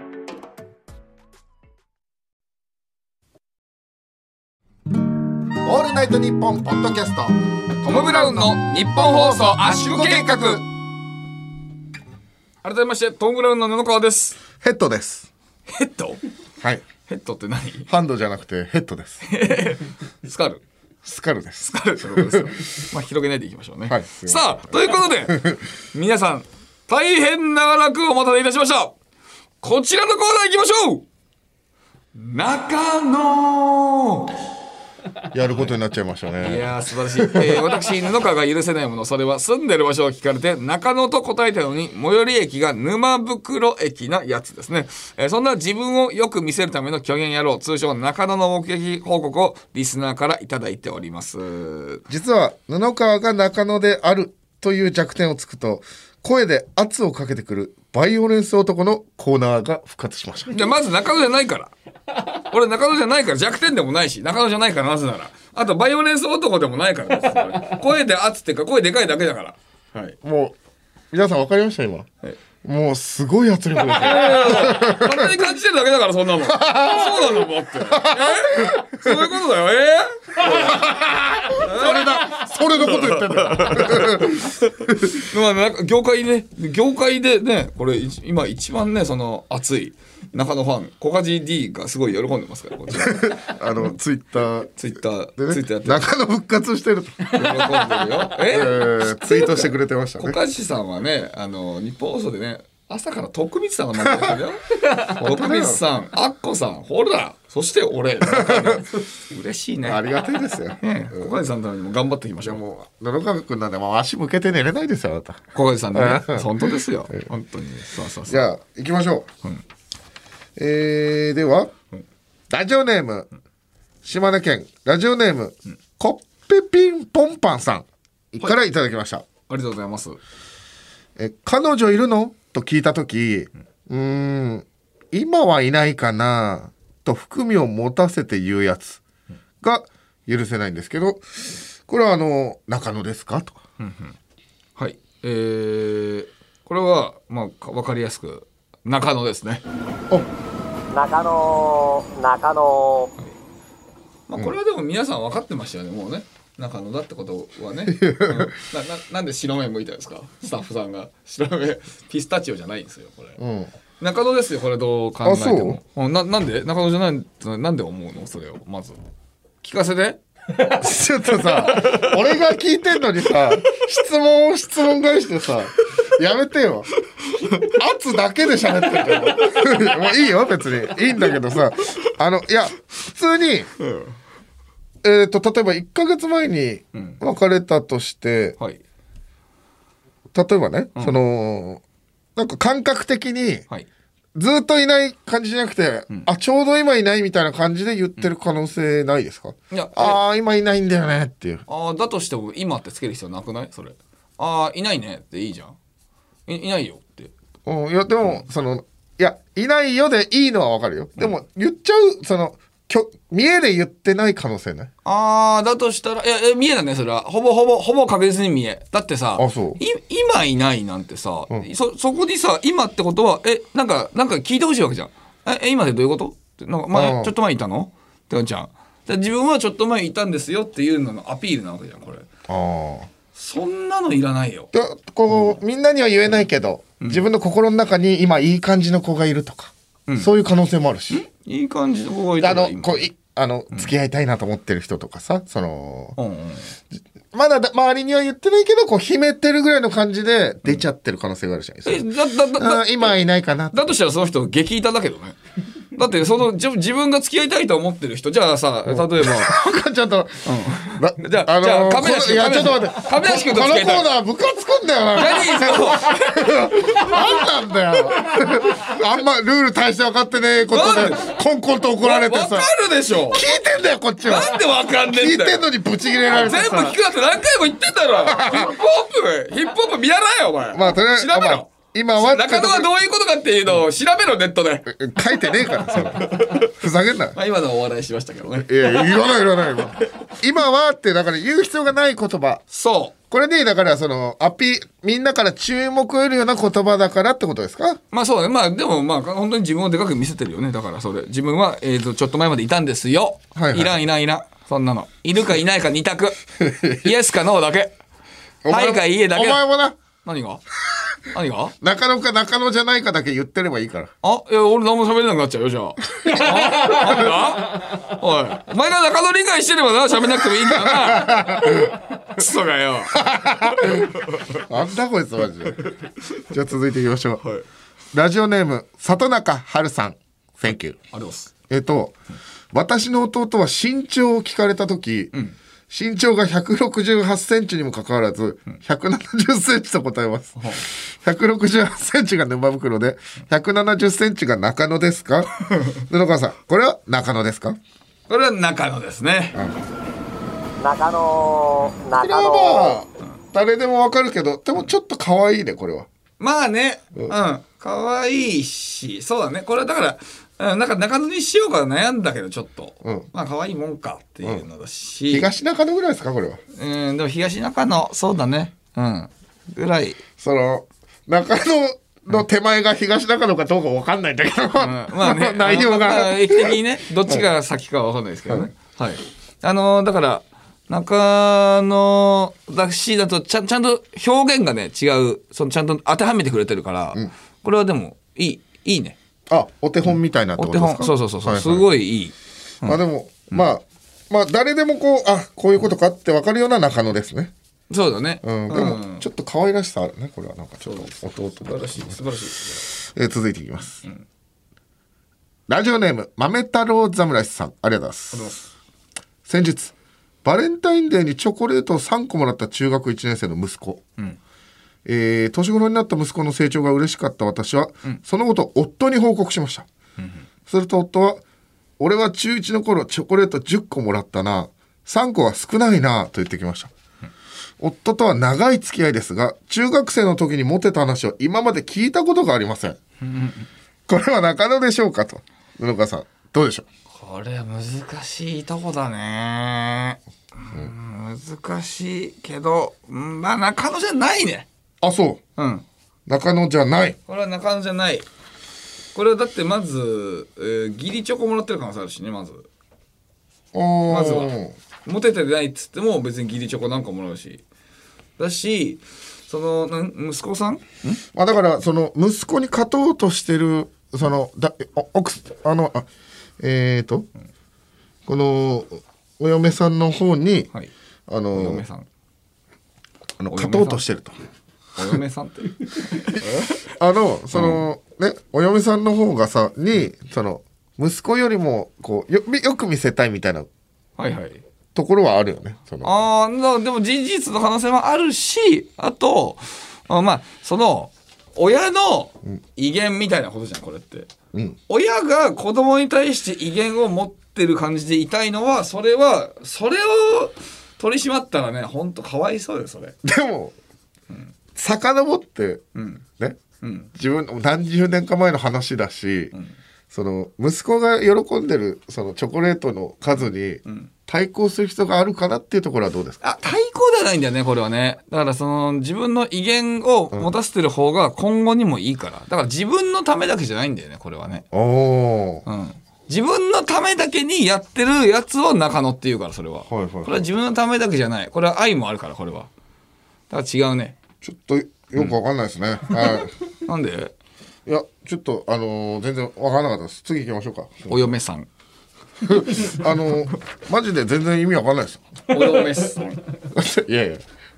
オールナイトニッポンポッドキャスト、 トム・ブラウンの日本放送圧縮計画。改めましてトム・ブラウンの布川です。 ヘッドです。 ヘッド？ はい。 ヘッドって何？ ハンドじゃなくてヘッドです。 スカル？ スカルです。 スカルということですよ。まあ広げないでいきましょうね。 はい、 さあということで皆さん大変長らくお待たせいたしました。こちらのコーナー行きましょう。中野。 やることになっちゃいましたね。 いやー素晴らしい、えー、私布川が許せないもの、それは住んでる場所を聞かれて中野と答えたのに最寄り駅が沼袋駅なやつですね、えー、そんな自分をよく見せるための虚言野郎、通称中野の目撃報告をリスナーからいただいております。 実は布川が中野であるという弱点をつくと声で圧をかけてくるバイオレンス男のコーナーが復活しました。 じゃまず中野じゃないから俺中野じゃないから、弱点でもないし中野じゃないから、なぜならあとバイオレンス男でもないからです声で圧っていうか声でかいだけだから、はい、 もう皆さん分かりました今、はい、もうすごい圧力ですよ勝手に感じてるだけだから、そんなもんそうなのもって、えー、そういうことだよ。えー、 それだそれのこと言ってんだよまあなんか業界ね業界でねこれ今一番ねその熱い中野ファン小梶 D がすごい喜んでますから、こちらあのツイッターツイッターで、ね、 ツイッターやって中野復活してると喜んでるよえ、えー、ツイートしてくれてましたね。 小梶さんはねあの日本放送でね朝から徳光さんが待ってるよ徳光さん、アッコさん、ほらそして俺嬉しいね、 ありがたいですよ、 ね、小梶さんのためにも頑張っていきましょう。 もう野川君なんでもう足向けて寝れないですよあなた。 小梶さんね本当ですよ本当に。そうそうそう。 じゃあ行きましょう、うん、えー、では、うん、ラジオネーム島根県ラジオネーム、うん、コッペピンポンパンさんからいただきました、はい、 ありがとうございます。 え彼女いるのと聞いたとき、うーん今はいないかなと含みを持たせて言うやつが許せないんですけど、これはあの中野ですかとか、うんうん、 はい、えー、これはまあ分かりやすく中野ですね。 お中野中野、はい、 まあ、これはでも皆さん分かってましたよね、もうね中野だってことはね、うん、な, な, なんで白目向いたんですかスタッフさんが。白目ピスタチオじゃないんですよこれ、うん、中野ですよこれ、どう考えても。あ、な, なんで中野じゃないってなんで思うの、それをまず聞かせてちょっとさ俺が聞いてんのにさ質問質問返してさやめてよ圧だけで喋ってるけどもういいよ別にいいんだけどさ、あのいや普通に、うんえー、と例えばいっかげつまえに別れたとして、うんはい、例えばね、うん、そのなんか感覚的に、はい、ずっといない感じじゃなくて、うん、あちょうど今いないみたいな感じで言ってる可能性ないですか、うん、いやああ今いないんだよねっていう。 あだとしても今ってつける必要なくないそれ。あいないねっていいじゃん。 い, いないよって、 うん、いやでも、うん、そのいやいないよでいいのはわかるよ、でも言っちゃうその見えで言ってない可能性ない。 あーだとしたらいや見えだねそれはほぼほぼほぼ確実に見えだってさ。 あそうい今いないなんてさ、うん、そ, そこにさ今ってことはえなんかなんか聞いてほしいわけじゃん。え今ってどういうことってなんか前ちょっと前いたのって感じじゃん。自分はちょっと前いたんですよっていうののアピールなわけじゃんこれ。 あそんなのいらないよ。 でこうみんなには言えないけど、うん、自分の心の中に今いい感じの子がいるとか、うん、そういう可能性もあるし、 いい感じの子がいるとか、 あのこういあの付き合いたいなと思ってる人とかさ、その、 うんうん、 まだ周りには言ってないけどこう秘めてるぐらいの感じで出ちゃってる可能性があるじゃないですか。 えだだだだ今はいないかな。 だとしたらその人激イタだけどね。だってその自分が付き合いたいと思ってる人、じゃあさ、例えばちょっと、 うん、じゃあ、あのー、じゃあ亀梨君、いやちょっと待って、亀梨君と付き合いたい。 このコーナームカつくんだよな。 何その何なんだよ。あんまルール大して分かってねえことでコンコンと怒られてさ。 分かるでしょ。 聞いてんだよこっちは。 なんで分かんねえんだよ。 聞いてんのにブチ切れられてさ。 全部聞くなって何回も言ってんだろ。ヒップホップヒップホップ見習えよお前。 まあとりあえず調べろ。 今は中野がどういうことかっていうのを調べろネットで。 書いてねえからそふざけんな。 まあ今のはお笑いしましたけどね。 いやいらないいらない今。今はってだから言う必要がない言葉。 そう。 これでだからそのアピみんなから注目を得るような言葉だからってことですか。 まあそうね。まあでもまあ本当に自分をでかく見せてるよね。だからそれ自分はえーとちょっと前までいたんですよ。はいはい、いらんいらんいらんそんなの。いるかいないか二択。イエスかノーだけ。はいかいいえだけ。 お前もな。 何が何が中野か中野じゃないかだけ言ってればいいから。 あ、いや俺何も喋れなくなっちゃうよじゃあ。あ何がおいお前が中野理解してればな喋んなくてもいいからな。クソがよ。 なんだこいつマジで。じゃあ続いていきましょう、はい、ラジオネーム里中春さん Thank you。 ありがとうございます。 えっと、うん、私の弟は身長を聞かれた時、うん身長がひゃくろくじゅうはちセンチにもかかわらずひゃくななじゅっセンチと答えます。ひゃくろくじゅうはちセンチが沼袋でひゃくななじゅっセンチが中野ですか。布川さんこれは中野ですか。 これは中野ですね。 うん、中野中野。 これはまあ誰でもわかるけどでもちょっと可愛いねこれは。 まあねうん可愛いしそうだねこれはだからうん、なんか中野にしようか悩んだけどちょっと、うん、まあ可愛いもんかっていうのだし、 うん、東中野ぐらいですかこれは。 うんでも東中野そうだねうんぐらいその中野の手前が東中野かどうか分かんないんだけど、うん、まあね内容が、まあ、 駅的にねどっちが先かは分かんないですけどね、はい、はい、あのー、だから中野だしだとちゃんちゃんと表現がね違うそのちゃんと当てはめてくれてるから、うん、これはでもいいいいね。 あ、お手本みたいなってことですか。 そうそうそうそう、はいはい、すごいいい。 うん、まあでも、うん、まあまあ誰でもこうあこういうことかって分かるような中野ですね。 そうだね。 うん。でもちょっと可愛らしさあるねこれはなんかちょっと弟素晴らしい素晴らしい。 えー、続いていきます。うん、ラジオネーム豆太郎侍さんありがとうございます。ます先日バレンタインデーにチョコレートをさんこもらった中学いちねん生の息子。うんえー、年頃になった息子の成長が嬉しかった私は、うん、そのことを夫に報告しました、うん、すると夫は俺は中いちの頃チョコレートじゅっこもらったなさんこは少ないなと言ってきました、うん、夫とは長い付き合いですが中学生の時にモテた話を今まで聞いたことがありません、うん、これは中野でしょうかと布川さんどうでしょう。 これは難しいとこだね、うん、難しいけどまあ中野じゃないね。 あ、そう。うん。中野じゃない。 これは中野じゃない。これはだってまず、えー、義理チョコもらってる可能性あるしね、まず。まずは。モテてないっつっても別に義理チョコなんかもらうし。だし、その、なん息子さん？ん？ あ、だから、その、息子に勝とうとしてる、その、だ奥あの、あ、えーと、うん、この、お嫁さんの方に、はい、あの、お嫁さん。あの、勝とうとしてると。 お嫁さんってあのその、うん、ねお嫁さんの方がさにその息子よりもこう よ, よく見せたいみたいなはいはいところはあるよね。そのああでも事実の可能性もあるしあとあまあその親の威厳みたいなことじゃんこれって、うん、親が子供に対して威厳を持ってる感じでいたいのはそれはそれを取り締まったらねほんとかわいそうよそれ。 でも、うん遡って、うん、ね、うん、自分何十年か前の話だし、うん、その息子が喜んでるそのチョコレートの数に対抗する人があるかなっていうところはどうですか。 あ対抗ではないんだよねこれはね。だからその自分の威厳を持たせてる方が今後にもいいから、だから自分のためだけじゃないんだよねこれはね。おー、うん、自分のためだけにやってるやつを中野っていうからそれは、はいはいはい、これは自分のためだけじゃないこれは愛もあるからこれはだから違うね。 ちょっとよくわかんないですね、うん、はい。 なんで？ いやちょっとあのー、全然わからなかったです。次行きましょうか。 お嫁さんあのー、マジで全然意味わかんないです。 お嫁さんいやいや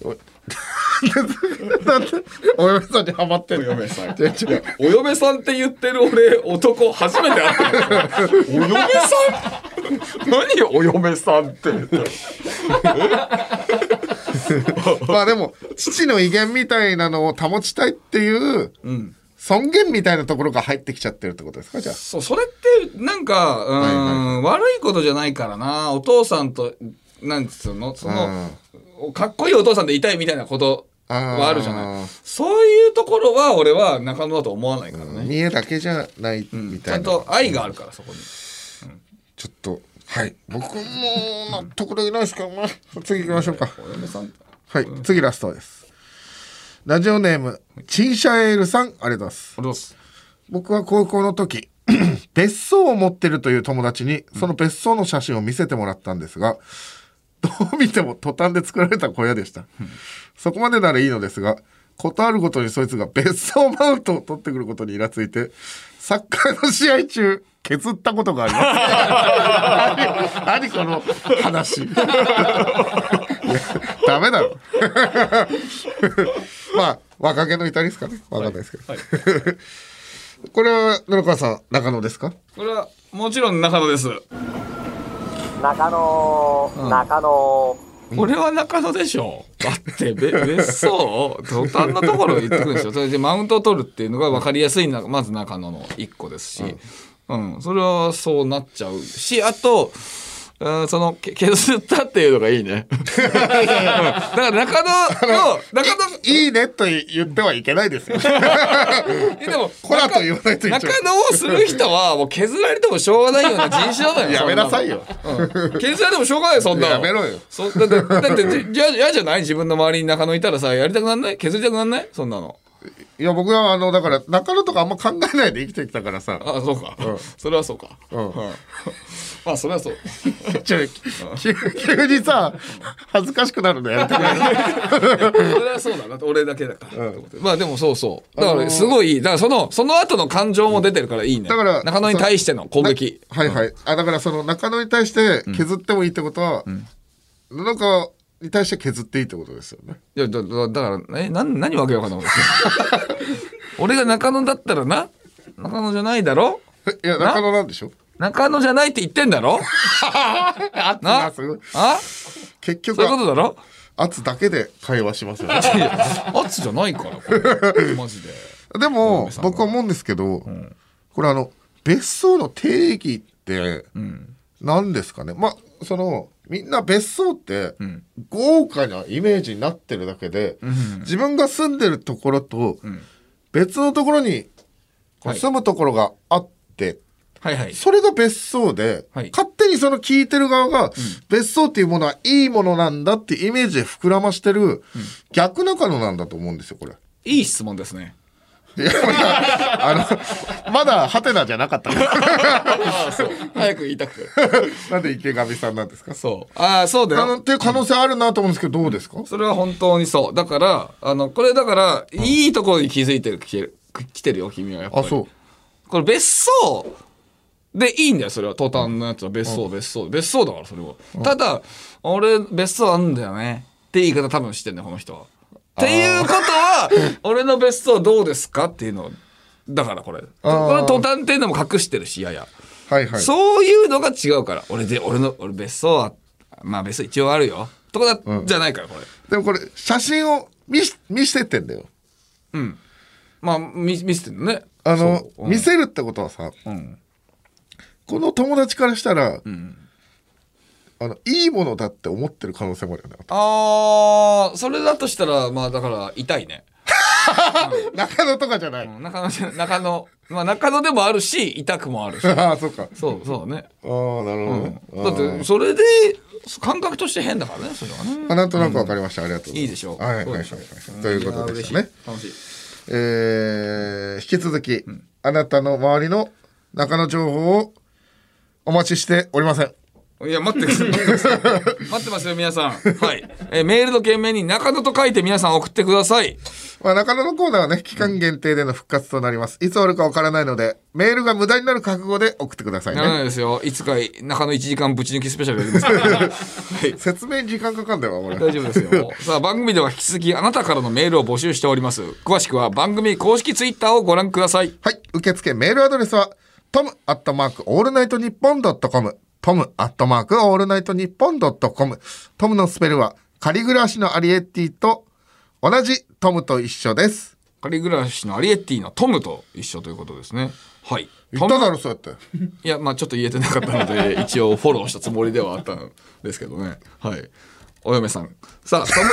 お嫁さんにハマってる。 お嫁さん違う違うお嫁さんって言ってる俺男初めて会ったお嫁さん何お嫁さんって言ったまあでも父の威厳みたいなのを保ちたいっていう、うん、尊厳みたいなところが入ってきちゃってるってことですか？じゃあそうそれってなんかうん、はいはい、悪いことじゃないからな。お父さんとなんつうのそのかっこいいお父さんでいたいみたいなことはあるじゃない。そういうところは俺は中野だと思わないからね。 見栄だけじゃないみたいな、うん、 ちゃんと愛があるからそこに、うん、 ちょっとはい僕も納得できないですけどね。次行きましょうか。 お嫁さんはい、次ラストです。ラジオネームチンシャエールさん、ありがとうございます。 ありがとうございます。 僕は高校の時別荘を持ってるという友達にその別荘の写真を見せてもらったんですが、どう見てもトタンで作られた小屋でした。そこまでならいいのですが、ことあるごとにそいつが別荘マウントを取ってくることにイラついて、サッカーの試合中削ったことがあります。何, 何この話ダメだろまあ若気の至りですかね、わかんないですけど、はいはい、これは布川さん中野ですか？ これはもちろん中野です。 中野、うん、中野。 これは中野でしょ。だって別荘途端のところを言ってくるんですよ。それでマウントを取るっていうのが分かりやすいのがまず中野の一個ですし、うんうん、それはそうなっちゃうし、あとうん、その削ったっていうのがいいねだから中野の中野いいねと言ってはいけないですよでもこらと言わないと中野をする人はもう削られてもしょうがないような人種なのよやめなさいよ、 うん、削られてもしょうがないよそんなのやめろよ。 そだってだってじゃ嫌じゃない？自分の周りに中野いたらさやりたくなんない？削りたくなんない？そんなの。 いや僕はあのだから中野とかあんま考えないで生きてきたからさ。 あそうか、うん、それはそうか、うんうん、まあそれはそうちょ急, 急にさ恥ずかしくなるのやめてくれそれはそうだな俺だけだから、うん、まあでもそうそうだからすごいだからそのその後の感情も出てるからいいね。だから中野に対しての攻撃はいはい、うん、あだからその中野に対して削ってもいいってことは、うん、なんかに対して削っていいってことですよね。 いや だ, だ, だからえな何わけわかんない俺が中野だったらな中野じゃないだろ。 いや中野なんでしょ。 中野じゃないって言ってんだろあなあ結局そういうことだろ。 圧だけで会話しますよね圧じゃないからこれマジででも僕は思うんですけど、うん、これあの別荘の定義って何ですかね、うん、まあそのみんな別荘って豪華なイメージになってるだけで、うん、自分が住んでるところと別のところに住むところがあって、 はいはいはい、 それが別荘で、はい、勝手にその聞いてる側が、うん、別荘っていうものはいいものなんだってイメージで膨らましてる、うん、逆中野なんだと思うんですよこれ。 いい質問ですね。 いやあのまだハテナじゃなかったあそう早く言いたくてなんで池上さんなんですか。 そうあそうだよっていう可能性あるなと思うんですけどどうですか。 それは本当にそうだからあのこれだからいいところに気づいてる来てるよ君はやっぱり。 あそうこれ別荘でいいんだよそれはトタンのやつは別荘、うん、別荘別荘だからそれは、うん、ただ俺別荘あるんだよねって言い方多分してんだよこの人は。っていうことは俺の別荘どうですかっていうのだからこれこれトタンっていうのも隠してるしやや、 はいはい、 そういうのが違うから俺で俺の俺別荘はまあ別荘一応あるよとかだ、うん、じゃないからこれ。 でもこれ写真を見し見せてんだよ。 うんまあ 見, 見せてんのねあの、うん、見せるってことはさ、うん、この友達からしたら、うん、あのいいものだって思ってる可能性もあるよね。 ああそれだとしたらまあだから痛いねうん、中野とかじゃない、 うん、中野中野まあ中野でもあるし痛くもあるしああそうかそうそうね。 ああなるほど、ねうん、だってそれで感覚として変だからねそれはね。 あなんとなくわかりました、うん、ありがとうございます。 いいでしょう。 はいはいはいはい、うん、ということでしたね。 楽しい。 えー、引き続き、うん、あなたの周りの中の情報をお待ちしておりません。 いや待って待ってください待ってますよ皆さん。はい、えー、メールの件名に中野と書いて皆さん送ってください。 まあ、中野のコーナーはね期間限定での復活となります。いつ終わるかわからないのでメールが無駄になる覚悟で送ってくださいね。 ないですよ。いつか中野いちじかんぶち抜きスペシャルやりますから、はい、 説明に時間かかんだよ俺。 大丈夫ですよ。さあ番組では引き続きあなたからのメールを募集しております。詳しくは番組公式ツイッターをご覧ください。 はい、受付メールアドレスはトムアットマークオールナイトニッポンドットコム、トムアットマークオールナイトニッポンドットコム。トムのスペルは仮暮らしのアリエッティと同じトムと一緒です。 仮暮らしのアリエッティのトムと一緒ということですね。はい。 言っただろそうやって。 いやまあちょっと言えてなかったので一応フォローしたつもりではあったんですけどね。はい。お嫁さん。さあ、ト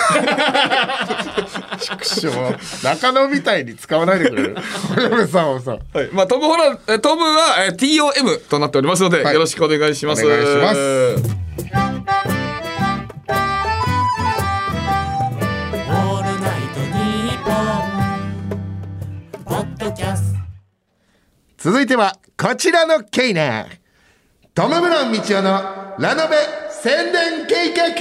ム中野みたいに使わないでくれるお嫁さんをさ。 はい。まあトムホラントムはえ ティーオーエム となっておりますので、はい、よろしくお願いします。 お願いします。続いてはこちらのケイナトム・ブラウン道夫のラノベ宣伝計画。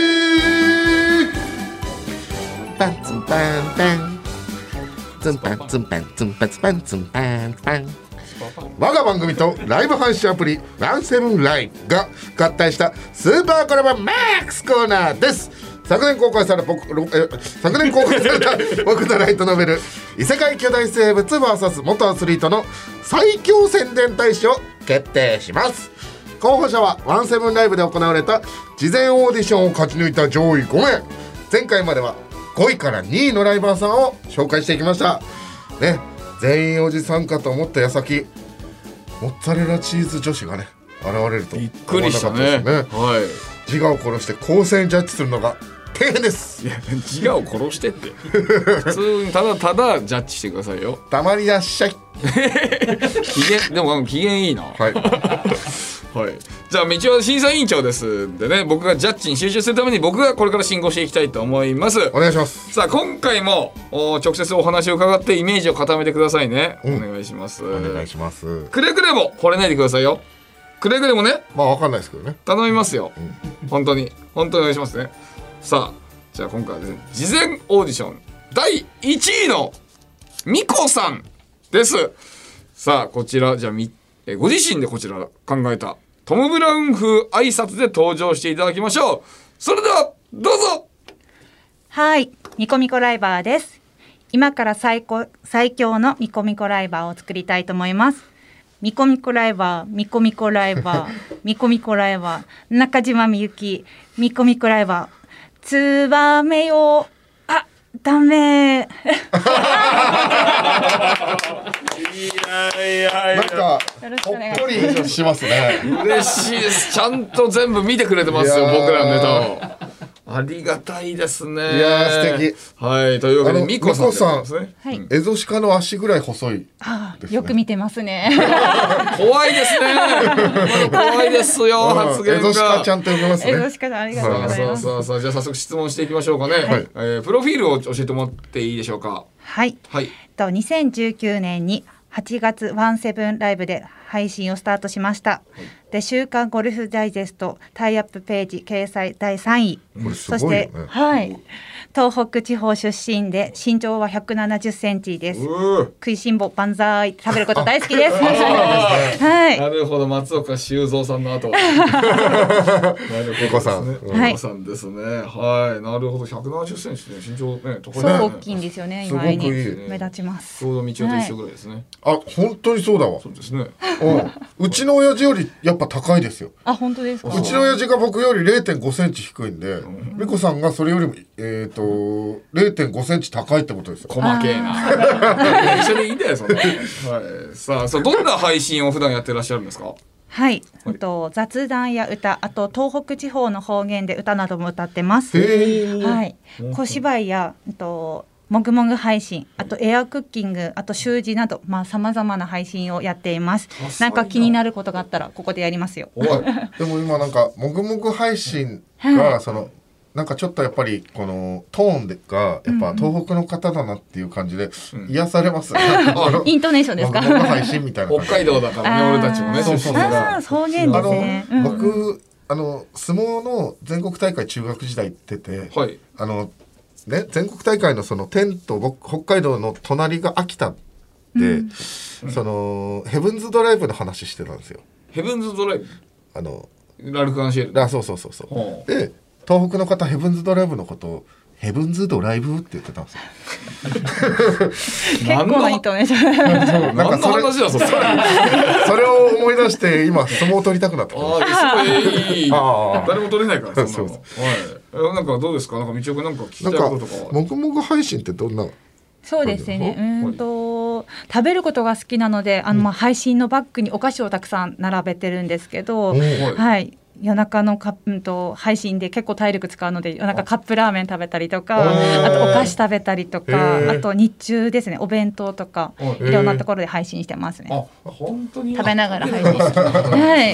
パンツンパンパンツンパンツンパンツンパンツンパンツンパンパン。我が番組とライブ配信アプリワンセブンライブが合体したスーパーコラボマックスコーナーです。昨年公開された僕え昨年公開された僕のライトノベル異世界巨大生物 ブイエス 元アスリートの最強宣伝大使を決定します。候補者はワンセブンライブで行われた事前オーディションを勝ち抜いた上位ごめい。前回まではごいからにいのライバーさんを紹介していきましたね。全員おじさんかと思った矢先モッツァレラチーズ女子がね現れるとびっくりしたね。はい、 自我を殺して公正にジャッジするのが大変です。 いや自我を殺してって普通にただただジャッジしてくださいよ。 たまにいらっしゃい機嫌でも機嫌いいな。はいはい、じゃあ道は審査委員長ですんでね、僕がジャッジに集中するために僕がこれから進行していきたいと思います。 お願いします。 さあ今回も直接お話を伺ってイメージを固めてくださいね、うん、お願いします。 お願いします。 くれぐれも惚れないでくださいよ。くれぐれもね。 まあわかんないですけどね、 頼みますよ、うん、本当に本当にお願いしますね。さあじゃあ今回はですね、事前オーディションだいいちいのミコさんです。さあこちらじゃあみえご自身でこちら考えたトム・ブラウン風挨拶で登場していただきましょう。それではどうぞ。 はい、ミコミコライバーです。今から最高最強のミコミコライバーを作りたいと思います。ミコミコライバー、ミコミコライバー、ミコミコライバー、中島みゆき、ミコミコライバー、ツバメよ、あ、ダメ。 いやいやいや、 なんかほっこりしますね。 嬉しいです。ちゃんと全部見てくれてますよ、僕らのネタを。ありがたいですね。 いや素敵。 はい、というわけでミコさんですね。 はい、 エゾシカの足ぐらい細い、 ああ、よく見てますね。 怖いですね。怖いですよ、発言が。 エゾシカちゃんと読みますね。 エゾシカありがとうございます。 そうそうそう、じゃあ早速質問していきましょうかね。はい、えー、プロフィールを教えてもらっていいでしょうか。 はい。はい。とにせんじゅうきゅうねんにはちがつワンセブンライブで配信をスタートしました。はい、で週刊ゴルフダイジェストタイアップページ掲載だいさんい、 これすごいよね。 そして、はい、東北地方出身で身長はひゃくななじゅっセンチです。食いしん坊万歳、食べること大好きです。はい。 なるほど、松岡修造さんの後。なるほどさん、 はい、さんですね。はい、なるほど、ひゃくななじゅっセンチで身長ね、 ところね。そう大きいんですよね。意外に目立ちます。 ちょうど道夫と一緒ぐらいですね。 あ、本当にそうだわ。 そうですね。 うちの親父よりやっぱ高いですよ。 あ、本当ですか。 うちの親父が僕より れいてんごセンチ低いんで、美子さんがそれよりもえっと れいてんごセンチ高いってことですよ。 細けえな。一緒でいいんだよそんな。はい。さあ、そうどんな配信を普段やってらっしゃるんですか。 はい、はい、と雑談や歌、あと東北地方の方言で歌なども歌ってます。はい、小芝居やともぐもぐ配信、あとエアクッキング、あと習字など、まあさまざまな配信をやっています。なんか気になることがあったらここでやりますよ。 おい、でも今なんかもぐもぐ配信がそのなんかちょっとやっぱりこのトーンがやっぱ東北の方だなっていう感じで癒されますね。 イントネーションですか。 配信みたいな。 北海道だからね、俺たちもね。 そうそうそう。 方言ですね。 僕あの相撲の全国大会中学時代行ってて、はい、あのね、全国大会のそのテント、僕北海道の隣が秋田で、うん、そのヘブンズドライブの話してたんですよ。 ヘブンズドライブ、あのラルクアンシェル、 あ、そうそうそうそう。で東北の方ヘブンズドライブのことをヘブンズドライブって言ってたんですよ。 結構なイントネーション。 なんかそれそれ、それを思い出して今相撲を取りたくなってきました。 あ、いい。誰も取れないからそんなの。はい。なんかどうですか。なんか道夫君なんか聞きたいこととかは。 もぐもぐ配信ってどんな。 そうですね。うんと食べることが好きなので、あのまあ配信のバッグにお菓子をたくさん並べてるんですけど、はい。夜中のカップと配信で結構体力使うので夜中カップラーメン食べたりとか、あとお菓子食べたりとか、あと日中ですね、お弁当とかいろんなところで配信してますね。 あ、本当に食べながら配信してます。はい。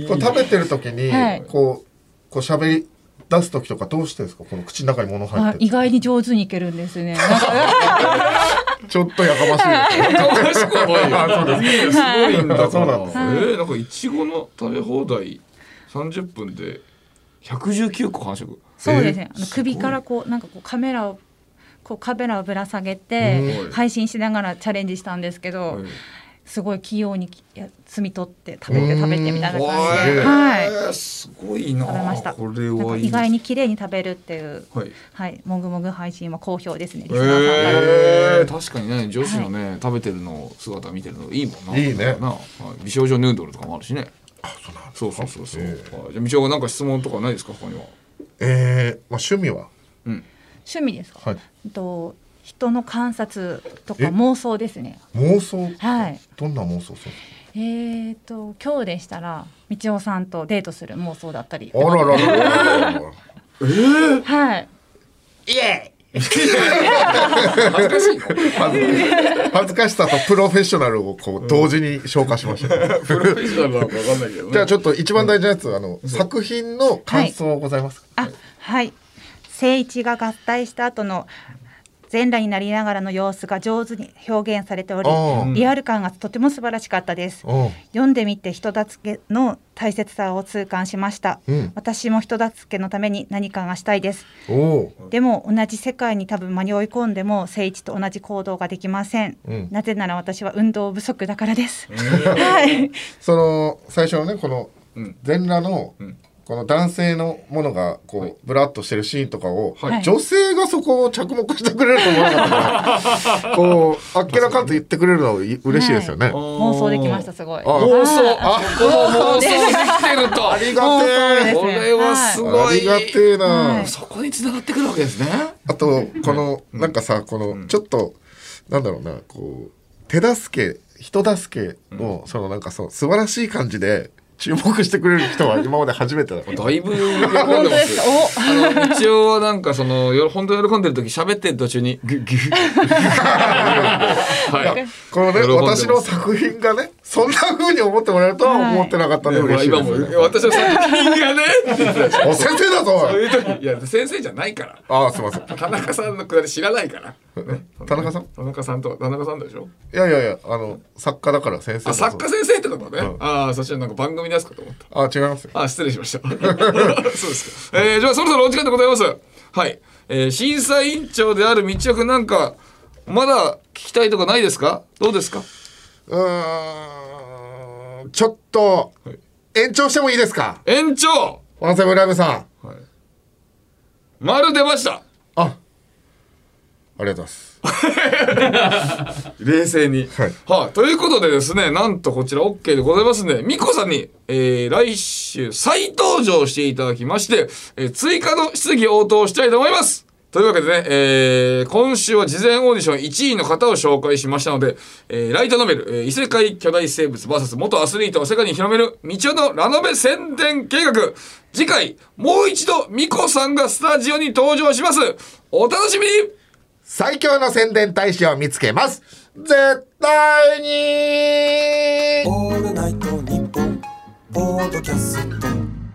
こう食べてる時にこうこう喋り出す時とかどうしてですか。この口の中に物入ってる。 意外に上手にいけるんですね。 ちょっとやかましい。 やかましくはないよ。すごいんだ。そうなんです。えー、なんかいちごの食べ放題さんじゅっぷんでひゃくじゅうきゅうこ完食。 そうですね。あの首からこうなんかこうカメラをこうカメラをぶら下げて配信しながらチャレンジしたんですけど、すごい器用に摘み取って食べて食べてみたいな感じで、はい、 すごいな。 食べました。 これはいい。意外に綺麗に食べるっていう、はい、はい、もぐもぐ配信は好評ですね。リスナーさんから。確かにね、女子のね、はい、食べてるの姿見てるのいいもんな。 いいね。 な、はい、美少女ヌードルとかもあるしね。 あ、そうなんそうそうそうそう。はい、じゃあ道夫がなんか質問とかないですか他には。 えー、まあ趣味は？ うん。趣味ですか。 はい。 と人の観察とか妄想ですね。 妄想？ はい。 どんな妄想する？ えーと今日でしたら道夫さんとデートする妄想だったり。 あららららら。 えー、 はい。 イエーイ。 恥ずかしい恥ずかしさとプロフェッショナルをこう同時に消化しました、ね、 プロフェッショナルなのか分かんないけど、ね、 じゃあちょっと一番大事なやつ、うん、あの作品の感想ございますか。 はい、あ、はい、聖一が合体した後の全裸になりながらの様子が上手に表現されており、リアル感がとても素晴らしかったです。読んでみて人助けの大切さを痛感しました、うん、私も人助けのために何かがしたいです。でも同じ世界に多分間に追い込んでも聖一と同じ行動ができません、うん、なぜなら私は運動不足だからです、はい、 その最初のねこの全裸の、うんこの男性のものがこう、はい、ブラッとしてるシーンとかを、はい、女性がそこを着目してくれると思わなかったからこうあっけらかんと言ってくれるのは嬉しいですよね、はい、 妄想できましたすごい。 妄想、あ、この妄想できてるとありがてえ、 これはすごい、 ありがてえな、 はい、そこに繋がってくるわけですね。 あとこのなんかさこのちょっとなんだろうなこう手助け人助けのそのなんかそう素晴らしい感じで注目してくれる人は今まで初めてだ。 だいぶ喜んでますよ。あの一応はなんかそのよ本当に喜んでる時喋ってる途中にグッグッはい、このね私の作品がねそんな風に思ってもらえるとは思ってなかったんで嬉しいです、ね。 今も私の作品がねお先生だぞ。 そういう時いや先生じゃないから。 ああすみません。 田中さんのくだり知らないから。 ね、田中さん？ 田中さんと田中さんでしょ。 いやいやいやあの作家だから先生。 あ作家先生ってとこね。うん、ああそしたらなんか番組ですかと思った。 あ違いますよ。 あ失礼しました。そうですか。えー、じゃあそろそろお時間でございます。はい、えー、審査委員長である道夫君なんかまだ聞きたいとかないですか。どうですか。 うーんちょっと延長してもいいですか。 延長。 ワンセブンライブさん。はい。 丸出ました。 あ。ありがとうございます。 冷静に、はいはあ、ということでですねなんとこちら OK でございますね。みこさんに、えー、来週再登場していただきまして、えー、追加の質疑応答したいと思います。というわけでね、えー、今週は事前オーディションいちいの方を紹介しましたので、えー、ライトノベル、えー、異世界巨大生物 ブイエス 元アスリートを世界に広める道夫のラノベ宣伝計画、次回もう一度みこさんがスタジオに登場します。お楽しみに。 最強の宣伝大使を見つけます。絶対にオールナイトニッポンポッドキャスト。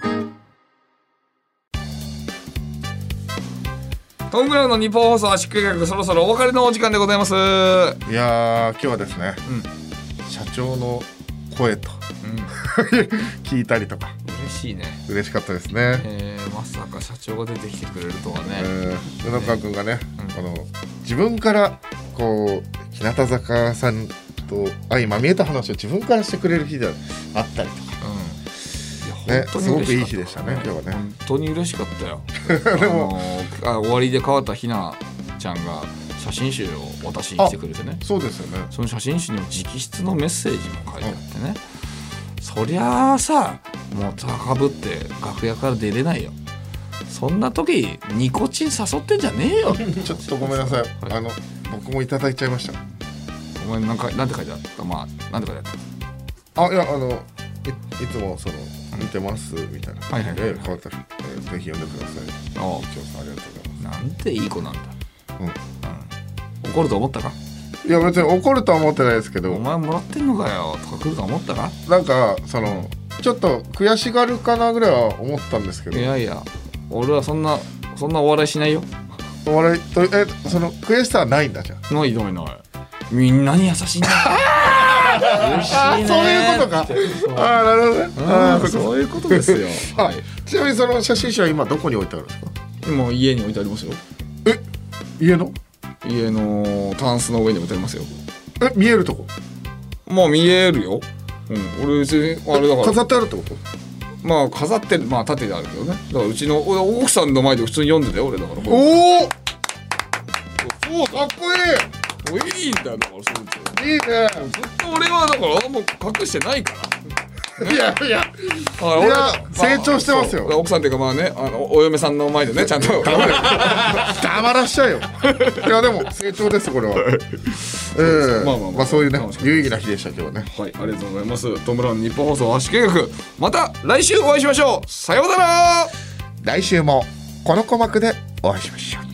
トム・ブラウンの日本放送圧縮計画、そろそろお別れのお時間でございます。いやー今日はですね、うん、社長の声と、うん、聞いたりとかしいね。 嬉しかったですね。 えー、まさか社長が出てきてくれるとはね。 えー、布川くんがね、うん、あの自分からこう日向坂さんと相まみえた話を自分からしてくれる日であったりとか、うん、ね、すごくいい日でしたね今日はね。 本当に嬉しかったよ。でもあ終わりで変わったひなちゃんが写真集を渡しに来てくれてね。 そうですよね。 その写真集にも直筆のメッセージも書いてあってね、うん、そりゃあさもう高ぶって楽屋から出れないよ。そんな時ニコチン誘ってんじゃねえよ。 ちょっとごめんなさい、はい、あの僕もいただいちゃいました。 お前なんかなんて書いてあった？まあなんて書いてあった？あいやあの い, いつもその見てますみたいな感じで変わったら、えー、ぜひ読んでください。ああ、一応さんありがとうございます。 なんていい子なんだ。うん、うん、怒ると思ったか？ いや別に怒るとは思ってないですけど。 お前もらってんのかよとか来ると思ったか？ なんかそのちょっと悔しがるかなぐらいは思ったんですけど。 いやいや俺はそんなそんなお笑いしないよ。 お笑いとえその悔しさはないんだじゃん。 ないないない。みんなに優しいんだ。 嬉しいね。そういうことか。ああなるほどね。ああそういうことですよ。 はい。ちなみにその写真集は今どこに置いてあるんですか？ 今家に置いてありますよ。 え家の？ 家のタンスの上に置いてありますよ。 え見えるとこ？ まあ見えるよ。うん。俺別にあれだから。 飾ってあるってこと？ まあ飾ってまあ立ててあるけどね。だからうちの奥さんの前で普通に読んでたよ俺だから。 おお。そうかっこいい。 いいんだよだからそういいね。 ずっと俺はだからもう隠してないから、ね、 いやいやあ俺は成長してますよ。 奥さんっていうかまあねあのお嫁さんの前でねちゃんと黙らしちゃうよ。いやでも成長ですこれは。えー、まあまあまあそういうね有意義な日でした今日はね。 はいありがとうございます。トム・ブラウン日本放送足利見学また来週お会いしましょう。さようなら。 来週もこの鼓膜でお会いしましょう。